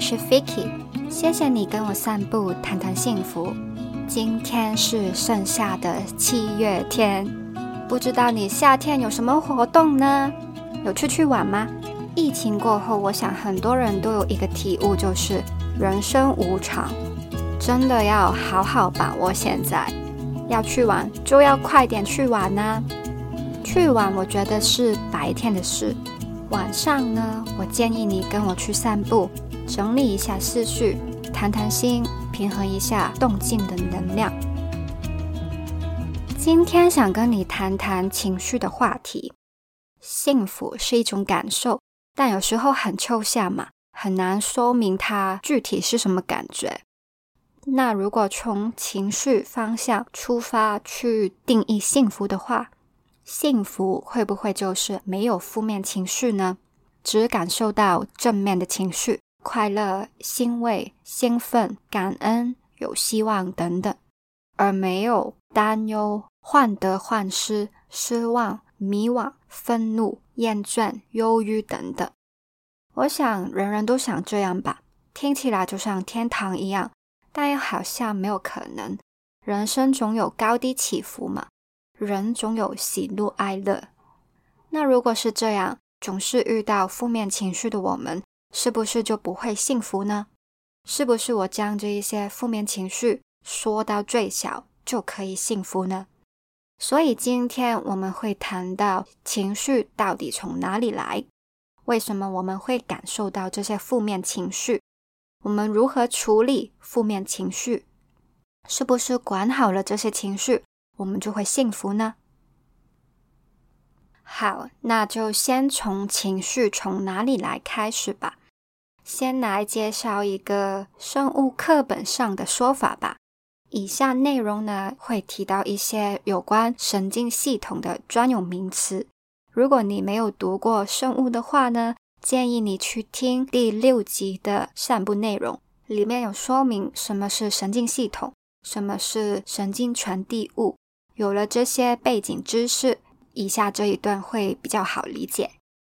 是 Vicky， 谢谢你跟我散步谈谈幸福。今天是盛夏的7月天，不知道你夏天有什么活动呢？有出去玩吗？疫情过后，我想很多人都有一个体悟，就是人生无常，真的要好好把握现在。要去玩就要快点去玩啊！去玩我觉得是白天的事，晚上呢，我建议你跟我去散步，整理一下思绪，谈谈心，平衡一下动静的能量。今天想跟你谈谈情绪的话题。幸福是一种感受，但有时候很抽象嘛，很难说明它具体是什么感觉。那如果从情绪方向出发去定义幸福的话，幸福会不会就是没有负面情绪呢？只感受到正面的情绪，快乐、欣慰、兴奋、感恩、有希望等等，而没有担忧、患得患失、失望、迷惘、愤怒、厌倦、忧郁等等。我想人人都想这样吧，听起来就像天堂一样，但又好像没有可能。人生总有高低起伏嘛，人总有喜怒哀乐。那如果是这样，总是遇到负面情绪的我们，是不是就不会幸福呢？是不是我将这一些负面情绪缩到最小就可以幸福呢？所以今天我们会谈到情绪到底从哪里来，为什么我们会感受到这些负面情绪，我们如何处理负面情绪，是不是管好了这些情绪，我们就会幸福呢？好，那就先从情绪从哪里来开始吧。先来介绍一个生物课本上的说法吧。以下内容呢，会提到一些有关神经系统的专有名词。如果你没有读过生物的话呢，建议你去听第6集的散步内容，里面有说明什么是神经系统，什么是神经传递物。有了这些背景知识，以下这一段会比较好理解。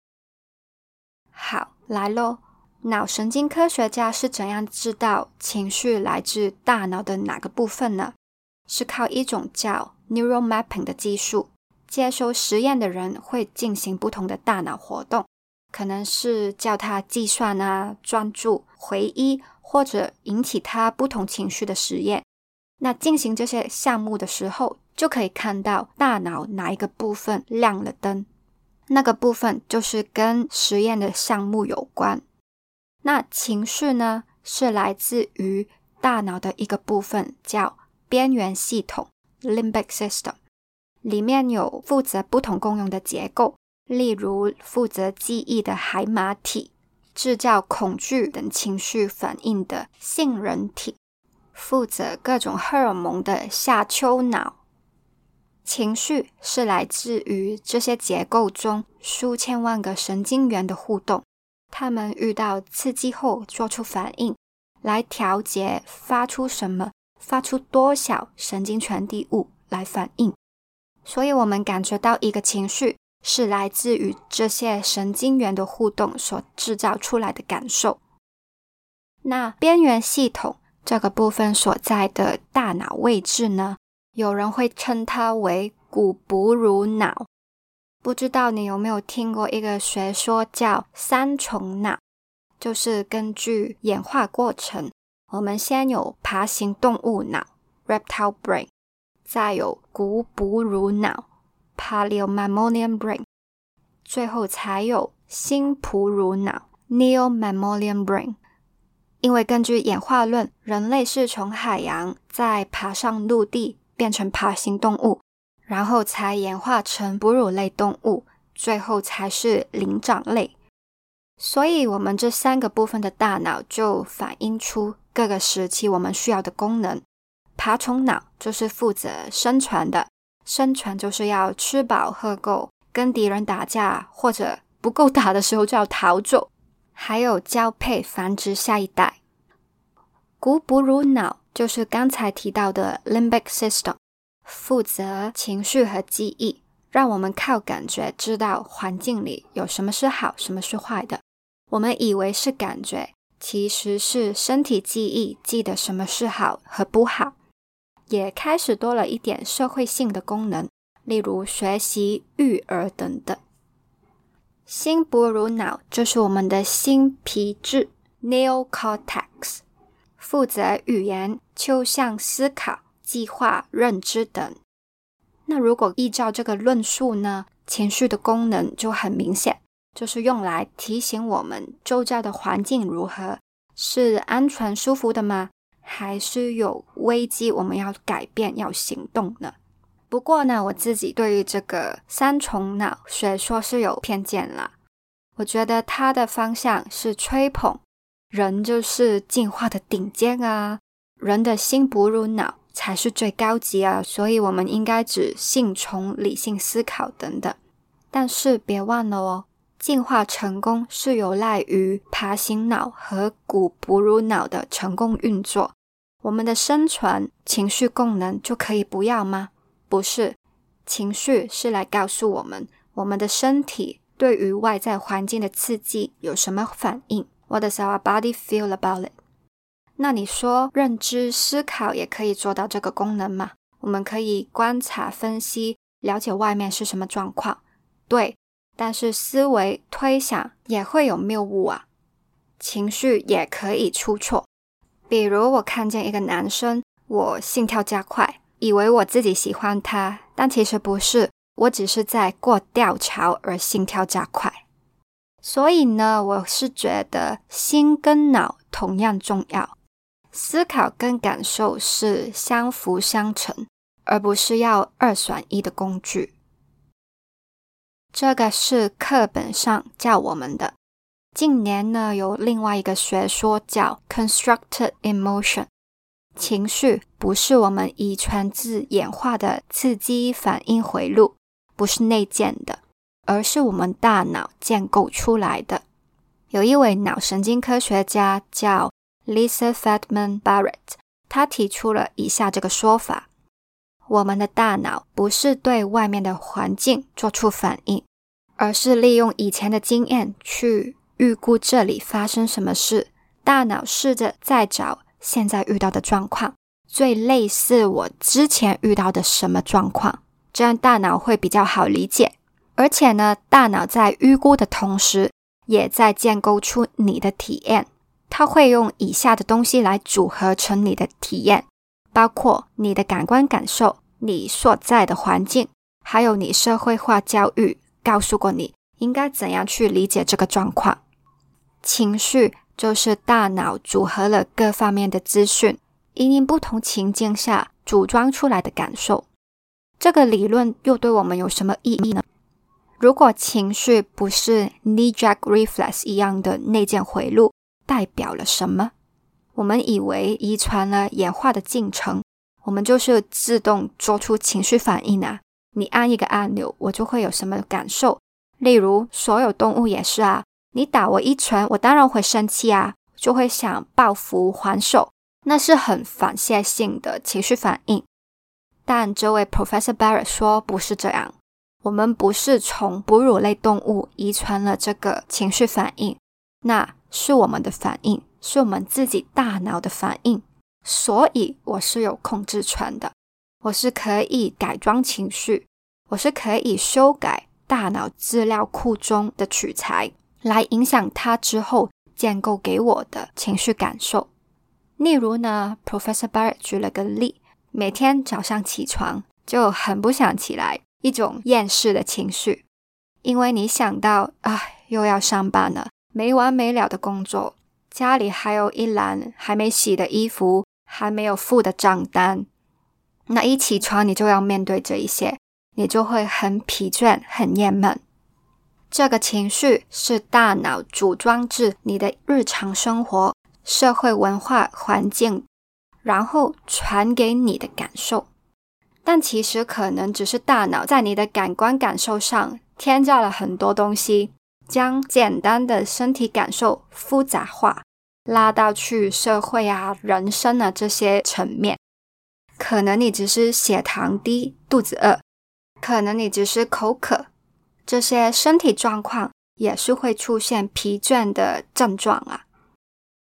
好，来咯。脑神经科学家是怎样知道情绪来自大脑的哪个部分呢？是靠一种叫 neural mapping 的技术。接受实验的人会进行不同的大脑活动，可能是叫他计算啊、专注、回忆，或者引起他不同情绪的实验。那进行这些项目的时候，就可以看到大脑哪一个部分亮了灯，那个部分就是跟实验的项目有关。那情绪呢，是来自于大脑的一个部分叫边缘系统 Limbic System， 里面有负责不同功用的结构，例如负责记忆的海马体，制造恐惧等情绪反应的杏仁体，负责各种荷尔蒙的下丘脑。情绪是来自于这些结构中数千万个神经元的互动，他们遇到刺激后做出反应，来调节发出什么，发出多少神经传递物来反应。所以我们感觉到一个情绪是来自于这些神经元的互动所制造出来的感受。那边缘系统这个部分所在的大脑位置呢，有人会称它为古哺乳脑。不知道你有没有听过一个学说叫三重脑，就是根据演化过程，我们先有爬行动物脑 Reptile Brain， 再有古哺乳脑 Paleomammalian Brain， 最后才有新哺乳脑 Neo-Mammalian Brain。 因为根据演化论，人类是从海洋再爬上陆地变成爬行动物，然后才演化成哺乳类动物，最后才是灵长类。所以我们这3个部分的大脑就反映出各个时期我们需要的功能。爬虫脑就是负责生存的，生存就是要吃饱喝够，跟敌人打架，或者不够打的时候就要逃走，还有交配繁殖下一代。古哺乳脑就是刚才提到的 Limbic System，负责情绪和记忆，让我们靠感觉知道环境里有什么是好，什么是坏的。我们以为是感觉， 其实是身体记忆记得什么是好和不好，也开始多了一点社会性的功能，例如学习、育儿等等。新哺乳脑就是我们的新皮质 Neocortex， 负责语言、抽象思考、计划、认知等。那如果依照这个论述呢，情绪的功能就很明显，就是用来提醒我们周遭的环境如何，是安全舒服的吗？还是有危机我们要改变要行动呢？不过呢，我自己对于这个三重脑学说是有偏见啦。我觉得它的方向是吹捧人就是进化的顶尖啊，人的新哺乳脑才是最高级啊，所以我们应该只信从理性思考等等。但是别忘了哦，进化成功是有赖于爬行脑和古哺乳脑的成功运作。我们的生存情绪功能就可以不要吗？不是，情绪是来告诉我们，我们的身体对于外在环境的刺激有什么反应。What does our body feel about it？ 那你说认知思考也可以做到这个功能吗？我们可以观察分析，了解外面是什么状况。对，但是思维推想也会有谬误啊，情绪也可以出错。比如我看见一个男生，我心跳加快，以为我自己喜欢他，但其实不是，我只是在过吊桥而心跳加快。所以呢，我是觉得心跟脑同样重要，思考跟感受是相辅相成，而不是要二选一的工具。这个是课本上教我们的。近年呢，有另外一个学说叫 Constructed Emotion， 情绪不是我们遗传自演化的刺激反应回路，不是内建的，而是我们大脑建构出来的。有一位脑神经科学家叫 Lisa Feldman Barrett， 她提出了以下这个说法：我们的大脑不是对外面的环境做出反应，而是利用以前的经验去预估这里发生什么事。大脑试着再找现在遇到的状况，最类似我之前遇到的什么状况，这样大脑会比较好理解。而且呢，大脑在预估的同时，也在建构出你的体验。它会用以下的东西来组合成你的体验，包括你的感官感受、你所在的环境，还有你社会化教育告诉过你应该怎样去理解这个状况。情绪就是大脑组合了各方面的资讯，因应不同情境下组装出来的感受。这个理论又对我们有什么意义呢？如果情绪不是 knee-jerk reflex 一样的内建回路，代表了什么？我们以为遗传了演化的进程，我们就是自动做出情绪反应啊。你按一个按钮，我就会有什么感受。例如，所有动物也是啊，你打我一拳，我当然会生气啊，就会想报复还手，那是很反射性的情绪反应。但这位 Professor Barrett 说不是这样，我们不是从哺乳类动物遗传了这个情绪反应，那是我们的反应，是我们自己大脑的反应。所以我是有控制权的，我是可以改装情绪，我是可以修改大脑资料库中的取材，来影响它之后建构给我的情绪感受。例如呢， Professor Barrett 举了个例，每天早上起床就很不想起来，一种厌世的情绪，因为你想到又要上班了，没完没了的工作，家里还有一篮还没洗的衣服，还没有付的账单，那一起床你就要面对这一些，你就会很疲倦很厌闷。这个情绪是大脑组装至你的日常生活、社会文化环境，然后传给你的感受。但其实可能只是大脑在你的感官感受上添加了很多东西，将简单的身体感受复杂化，拉到去社会啊、人生啊这些层面。可能你只是血糖低、肚子饿，可能你只是口渴，这些身体状况也是会出现疲倦的症状啊。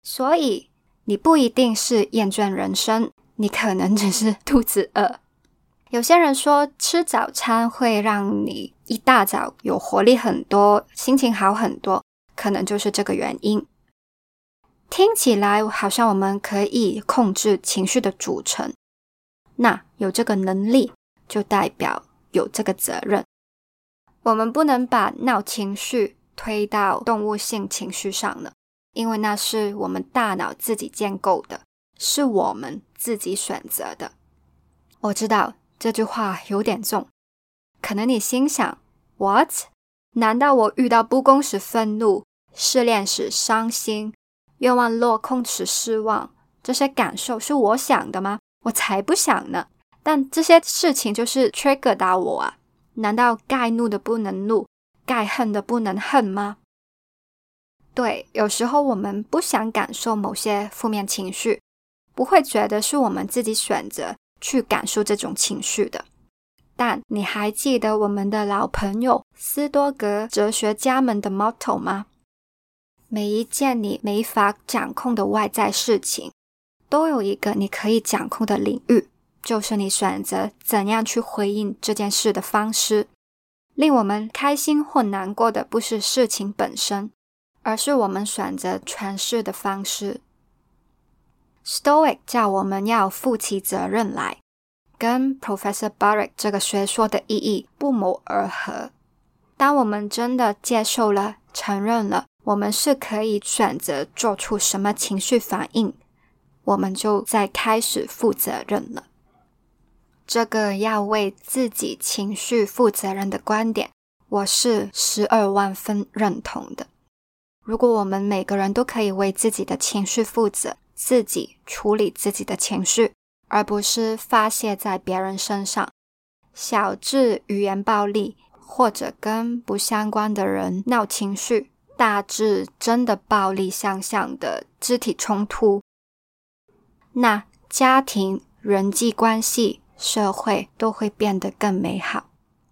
所以你不一定是厌倦人生，你可能只是肚子饿。有些人说吃早餐会让你一大早有活力很多，心情好很多，可能就是这个原因。听起来好像我们可以控制情绪的组成，那有这个能力就代表有这个责任。我们不能把闹情绪推到动物性情绪上了，因为那是我们大脑自己建构的，是我们自己选择的。我知道这句话有点重，可能你心想 What？ 难道我遇到不公时愤怒，失恋时伤心，愿望落空时失望，这些感受是我想的吗？我才不想呢。但这些事情就是 trigger 到我啊，难道该怒的不能怒，该恨的不能恨吗？对，有时候我们不想感受某些负面情绪，不会觉得是我们自己选择去感受这种情绪的。但你还记得我们的老朋友斯多格哲学家们的 motto 吗？每一件你没法掌控的外在事情，都有一个你可以掌控的领域，就是你选择怎样去回应这件事的方式。令我们开心或难过的不是事情本身，而是我们选择诠释的方式。Stoic 叫我们要负起责任来，跟 Professor Baruch 这个学说的意义不谋而合。当我们真的接受了、承认了我们是可以选择做出什么情绪反应，我们就在开始负责任了。这个要为自己情绪负责任的观点，我是12万分认同的。如果我们每个人都可以为自己的情绪负责，自己处理自己的情绪，而不是发泄在别人身上，小至语言暴力，或者跟不相关的人闹情绪，大至真的暴力相向的肢体冲突，那家庭、人际关系、社会都会变得更美好。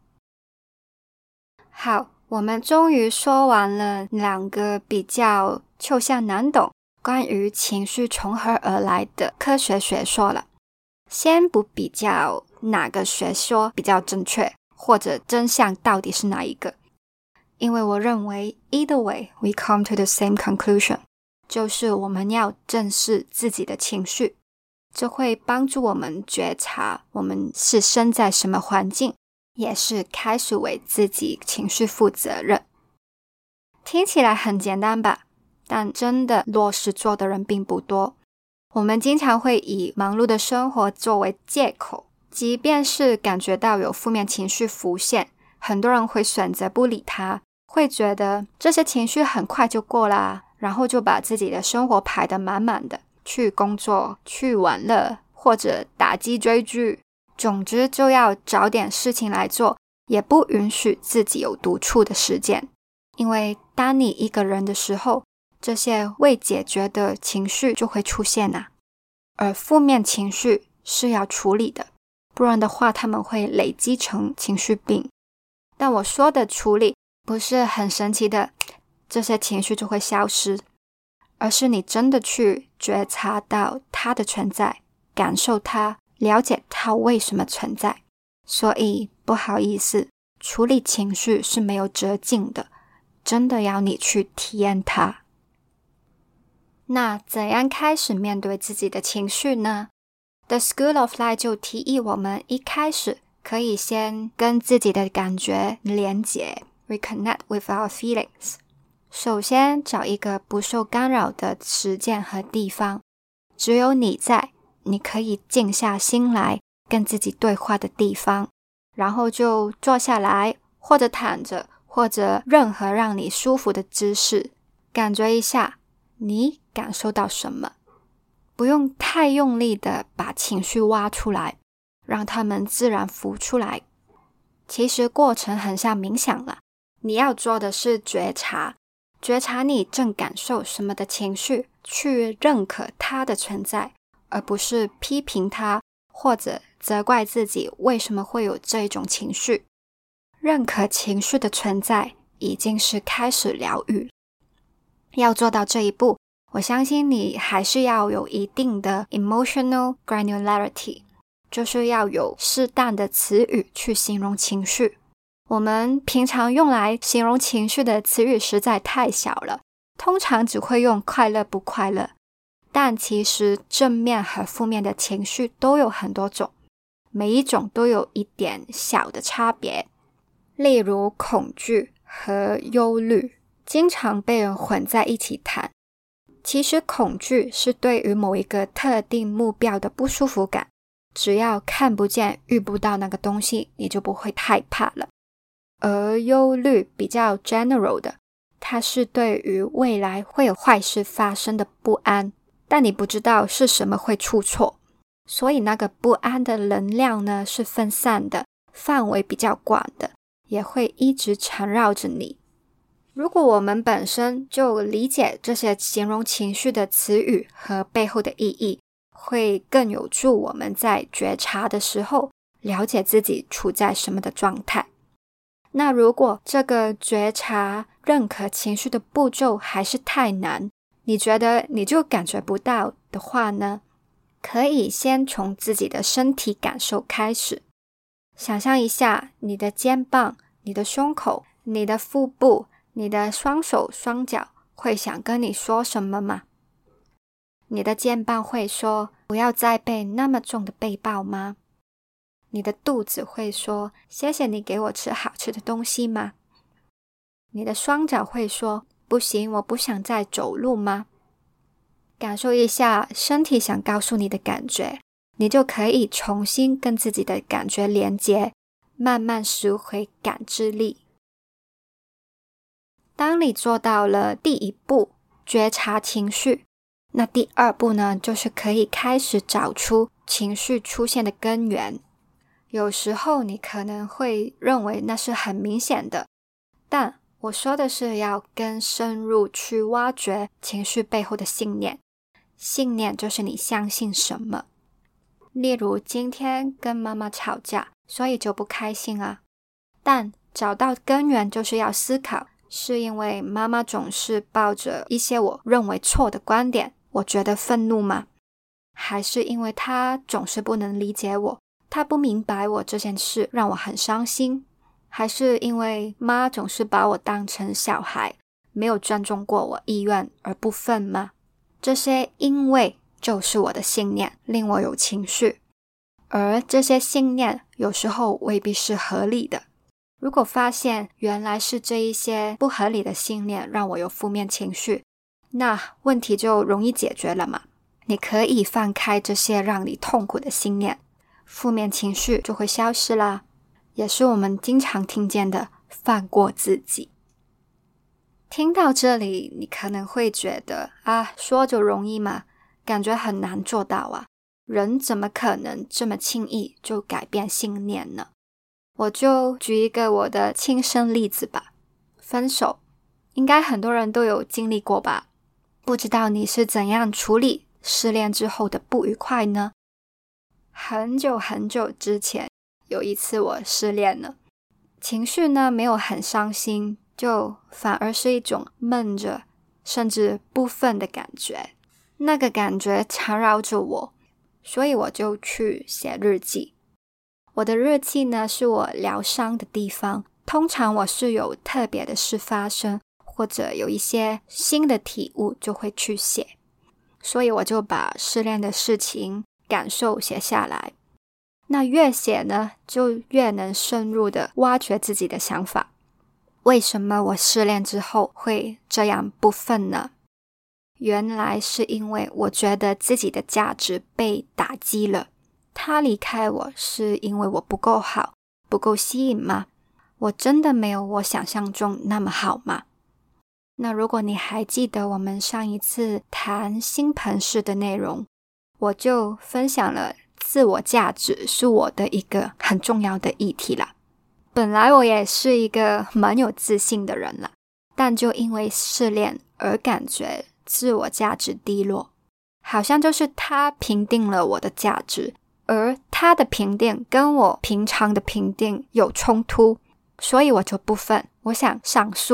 好，我们终于说完了2个比较抽象难懂关于情绪从何而来的科学学说了。先不比较哪个学说比较正确，或者真相到底是哪一个，因为我认为 either way we come to the same conclusion， 就是我们要正视自己的情绪，这会帮助我们觉察我们是身在什么环境，也是开始为自己情绪负责任。听起来很简单吧，但真的落实做的人并不多。我们经常会以忙碌的生活作为借口，即便是感觉到有负面情绪浮现，很多人会选择不理它，会觉得这些情绪很快就过啦，然后就把自己的生活排得满满的，去工作，去玩乐，或者打机追剧，总之就要找点事情来做，也不允许自己有独处的时间。因为当你一个人的时候，这些未解决的情绪就会出现啊。而负面情绪是要处理的，不然的话他们会累积成情绪病。但我说的处理不是很神奇的这些情绪就会消失，而是你真的去觉察到它的存在，感受它，了解它为什么存在。所以不好意思，处理情绪是没有捷径的，真的要你去体验它。那怎样开始面对自己的情绪呢？ The School of Life 就提议我们一开始可以先跟自己的感觉连结 Reconnect with our feelings。 首先找一个不受干扰的时间和地方，只有你在，你可以静下心来跟自己对话的地方，然后就坐下来，或者躺着，或者任何让你舒服的姿势，感觉一下你感受到什么。不用太用力的把情绪挖出来，让它们自然浮出来。其实过程很像冥想了，你要做的是觉察你正感受什么的情绪，去认可它的存在，而不是批评它，或者责怪自己为什么会有这种情绪。认可情绪的存在已经是开始疗愈。要做到这一步， 我相信你还是要有一定的 emotional granularity， 就是要有适当的词语去形容情绪。我们平常用来形容情绪的词语实在太小了，通常只会用快乐不快乐，但其实正面和负面的情绪都有很多种，每一种都有一点小的差别。例如恐惧和忧虑经常被人混在一起谈。其实恐惧是对于某一个特定目标的不舒服感，只要看不见遇不到那个东西，你就不会害怕了。而忧虑比较 general 的，它是对于未来会有坏事发生的不安，但你不知道是什么会出错，所以那个不安的能量呢是分散的，范围比较广的，也会一直缠绕着你。如果我们本身就理解这些形容情绪的词语和背后的意义，会更有助我们在觉察的时候了解自己处在什么的状态。那如果这个觉察认可情绪的步骤还是太难，你觉得你就感觉不到的话呢，可以先从自己的身体感受开始。想象一下你的肩膀、你的胸口、你的腹部、你的双手双脚会想跟你说什么吗？你的肩膀会说不要再背那么重的背包吗？你的肚子会说谢谢你给我吃好吃的东西吗？你的双脚会说不行，我不想再走路吗？感受一下身体想告诉你的感觉，你就可以重新跟自己的感觉连接，慢慢拾回感知力。当你做到了第一步，觉察情绪，那第二步呢，就是可以开始找出情绪出现的根源。有时候你可能会认为那是很明显的，但我说的是要更深入去挖掘情绪背后的信念。信念就是你相信什么。例如今天跟妈妈吵架，所以就不开心啊。但找到根源就是要思考，是因为妈妈总是抱着一些我认为错的观点，我觉得愤怒吗？还是因为她总是不能理解我，她不明白我这件事让我很伤心？还是因为妈总是把我当成小孩，没有尊重过我意愿而不忿吗？这些因为就是我的信念，令我有情绪，而这些信念有时候未必是合理的。如果发现原来是这一些不合理的信念让我有负面情绪，那问题就容易解决了嘛。你可以放开这些让你痛苦的信念，负面情绪就会消失啦。也是我们经常听见的放过自己。听到这里，你可能会觉得说就容易嘛，感觉很难做到啊。人怎么可能这么轻易就改变信念呢？我就举一个我的亲身例子吧。分手，应该很多人都有经历过吧？不知道你是怎样处理失恋之后的不愉快呢？很久很久之前，有一次我失恋了，情绪呢没有很伤心，就反而是一种闷着甚至不忿的感觉。那个感觉缠绕着我，所以我就去写日记。我的日记呢是我疗伤的地方，通常我是有特别的事发生，或者有一些新的体悟就会去写，所以我就把失恋的事情感受写下来。那越写呢，就越能深入的挖掘自己的想法。为什么我失恋之后会这样不忿呢？原来是因为我觉得自己的价值被打击了。他离开我是因为我不够好，不够吸引吗？我真的没有我想象中那么好吗？那如果你还记得我们上一次谈星盆式的内容，我就分享了自我价值是我的一个很重要的议题啦。本来我也是一个蛮有自信的人啦，但就因为失恋而感觉自我价值低落，好像就是他评定了我的价值，而他的评定跟我平常的评定有冲突，所以我就不忿，我想上诉，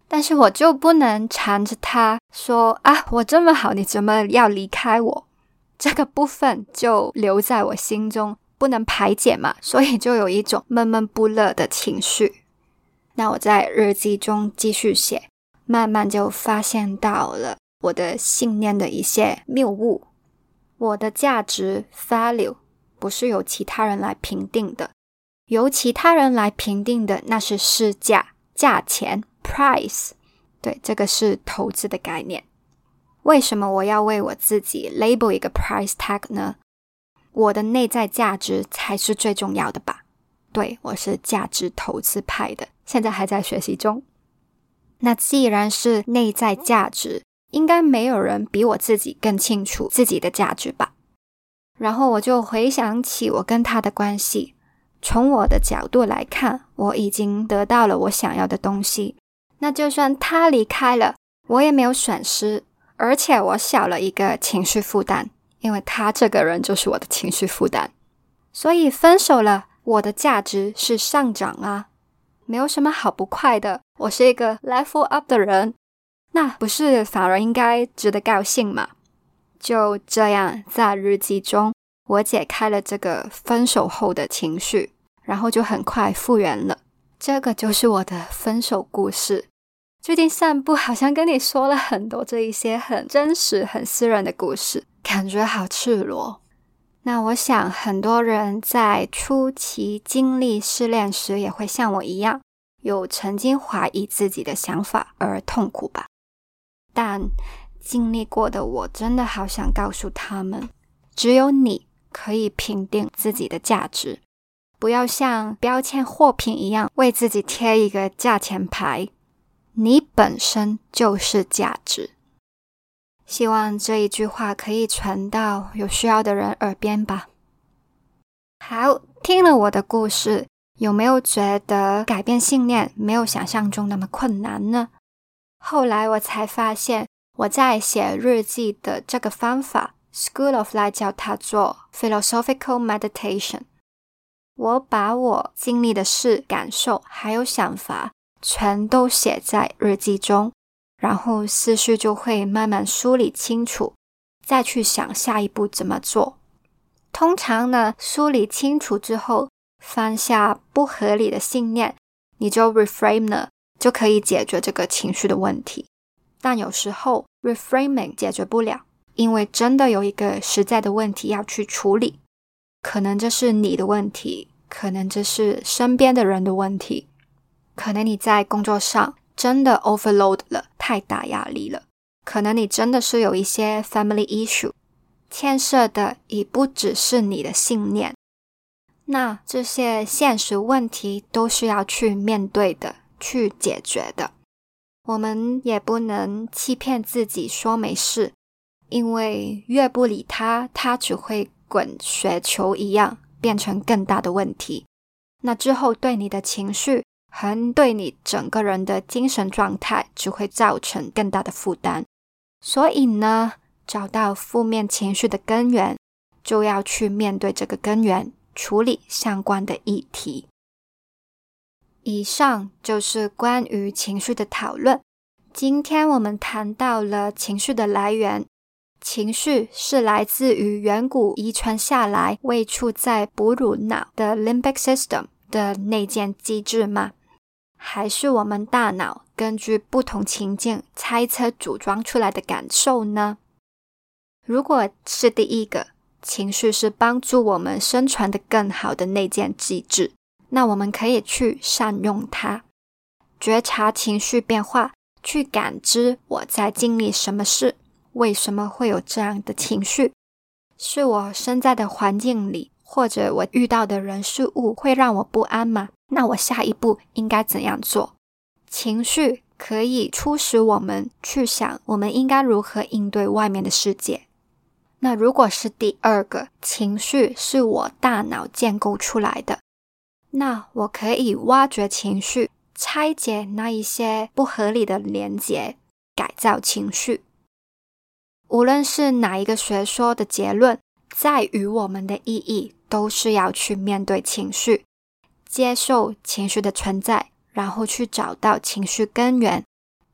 但是我就不能缠着他说啊，我这么好，你怎么要离开我？这个部分就留在我心中，不能排解嘛，所以就有一种闷闷不乐的情绪。那我在日记中继续写，慢慢就发现到了我的信念的一些谬误。我的价值 value 不是由其他人来评定的，由其他人来评定的那是市价、价钱 price。 对，这个是投资的概念。为什么我要为我自己 label 一个 price tag 呢？我的内在价值才是最重要的吧。对，我是价值投资派的，现在还在学习中。那既然是内在价值，应该没有人比我自己更清楚自己的价值吧。然后我就回想起我跟他的关系，从我的角度来看，我已经得到了我想要的东西，那就算他离开了，我也没有损失，而且我少了一个情绪负担，因为他这个人就是我的情绪负担。所以分手了，我的价值是上涨啊，没有什么好不快的，我是一个 level up 的人，那不是反而应该值得高兴吗？就这样，在日记中我解开了这个分手后的情绪，然后就很快复原了。这个就是我的分手故事。最近散步好像跟你说了很多这一些很真实很私人的故事，感觉好赤裸。那我想很多人在初期经历失恋时也会像我一样，有曾经怀疑自己的想法而痛苦吧。但经历过的我真的好想告诉他们，只有你可以评定自己的价值，不要像标签货品一样为自己贴一个价钱牌，你本身就是价值。希望这一句话可以传到有需要的人耳边吧。好，听了我的故事，有没有觉得改变信念没有想象中那么困难呢？后来我才发现，我在写日记的这个方法 School of Life 叫它做 Philosophical Meditation。 我把我经历的事、感受还有想法全都写在日记中，然后思绪就会慢慢梳理清楚，再去想下一步怎么做。通常呢，梳理清楚之后，放下不合理的信念，你就 reframe 了，就可以解决这个情绪的问题。但有时候 reframing 解决不了，因为真的有一个实在的问题要去处理，可能这是你的问题，可能这是身边的人的问题，可能你在工作上真的 overload 了，太大压力了，可能你真的是有一些 family issue， 牵涉的已不只是你的信念。那这些现实问题都是要去面对的，去解决的。我们也不能欺骗自己说没事，因为越不理它，它只会滚雪球一样变成更大的问题。那之后对你的情绪和对你整个人的精神状态只会造成更大的负担。所以呢，找到负面情绪的根源，就要去面对这个根源，处理相关的议题。以上就是关于情绪的讨论。今天我们谈到了情绪的来源，情绪是来自于远古遗传下来位处在哺乳脑的 limbic system 的内建机制吗？还是我们大脑根据不同情境猜测组装出来的感受呢？如果是第一个，情绪是帮助我们生存的更好的内建机制，那我们可以去善用它，觉察情绪变化，去感知我在经历什么事，为什么会有这样的情绪，是我身在的环境里或者我遇到的人事物会让我不安吗？那我下一步应该怎样做？情绪可以促使我们去想我们应该如何应对外面的世界。那如果是第二个，情绪是我大脑建构出来的，那我可以挖掘情绪，拆解那一些不合理的连结，改造情绪。无论是哪一个学说的结论，在于我们的意义都是要去面对情绪，接受情绪的存在，然后去找到情绪根源，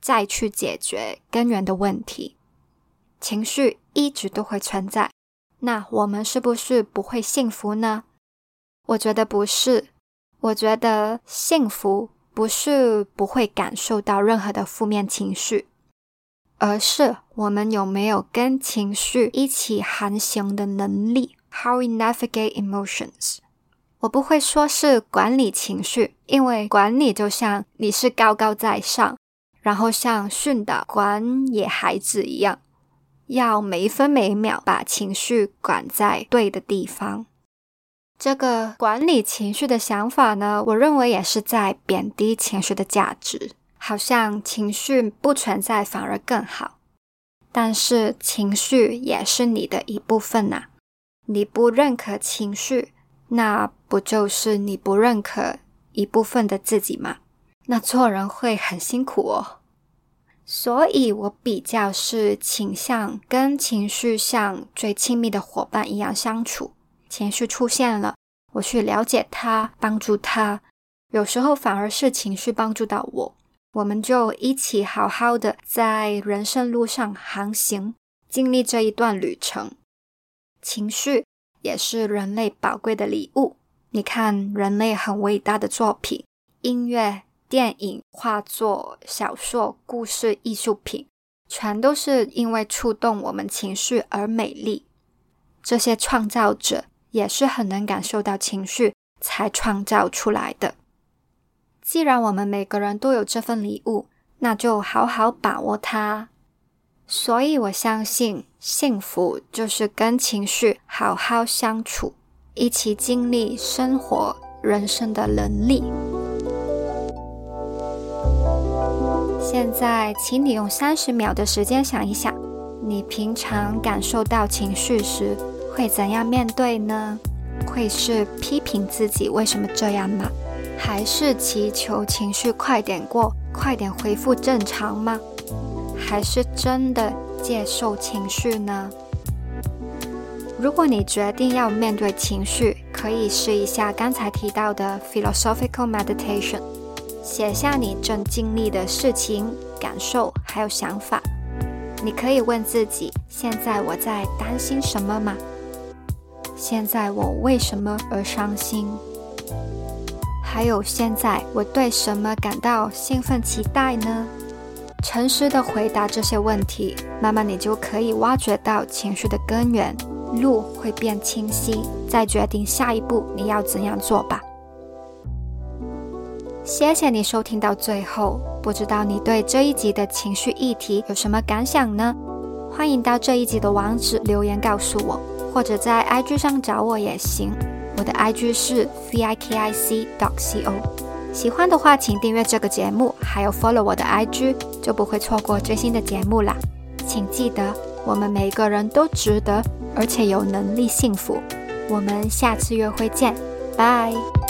再去解决根源的问题。情绪一直都会存在，那我们是不是不会幸福呢？我觉得不是，我觉得幸福不是不会感受到任何的负面情绪，而是我们有没有跟情绪一起航行的能力。 How we navigate emotions。 我不会说是管理情绪，因为管理就像你是高高在上，然后像训导管野孩子一样，要每一分每一秒把情绪管在对的地方。这个管理情绪的想法呢，我认为也是在贬低情绪的价值，好像情绪不存在反而更好。但是情绪也是你的一部分啊，你不认可情绪，那不就是你不认可一部分的自己吗？那做人会很辛苦哦。所以我比较是倾向跟情绪像最亲密的伙伴一样相处。情绪出现了，我去了解它，帮助它，有时候反而是情绪帮助到我，我们就一起好好的在人生路上航行，经历这一段旅程。情绪也是人类宝贵的礼物。你看人类很伟大的作品，音乐、电影、画作、小说、故事、艺术品，全都是因为触动我们情绪而美丽。这些创造者也是很能感受到情绪才创造出来的。既然我们每个人都有这份礼物，那就好好把握它。所以我相信幸福就是跟情绪好好相处，一起经历生活人生的能力。现在请你用30秒的时间想一想，你平常感受到情绪时会怎样面对呢？会是批评自己为什么这样吗？还是祈求情绪快点过，快点恢复正常吗？还是真的接受情绪呢？如果你决定要面对情绪，可以试一下刚才提到的 philosophical meditation， 写下你正经历的事情、感受还有想法。你可以问自己，现在我在担心什么吗？现在我为什么而伤心？还有现在我对什么感到兴奋期待呢？诚实的回答这些问题，慢慢你就可以挖掘到情绪的根源，路会变清晰，再决定下一步你要怎样做吧。谢谢你收听到最后，不知道你对这一集的情绪议题有什么感想呢？欢迎到这一集的网址留言告诉我，或者在 IG 上找我也行，我的 IG 是 vikic.co。 喜欢的话请订阅这个节目，还有 follow 我的 IG， 就不会错过最新的节目啦。请记得我们每个人都值得而且有能力幸福。我们下次约会见，拜。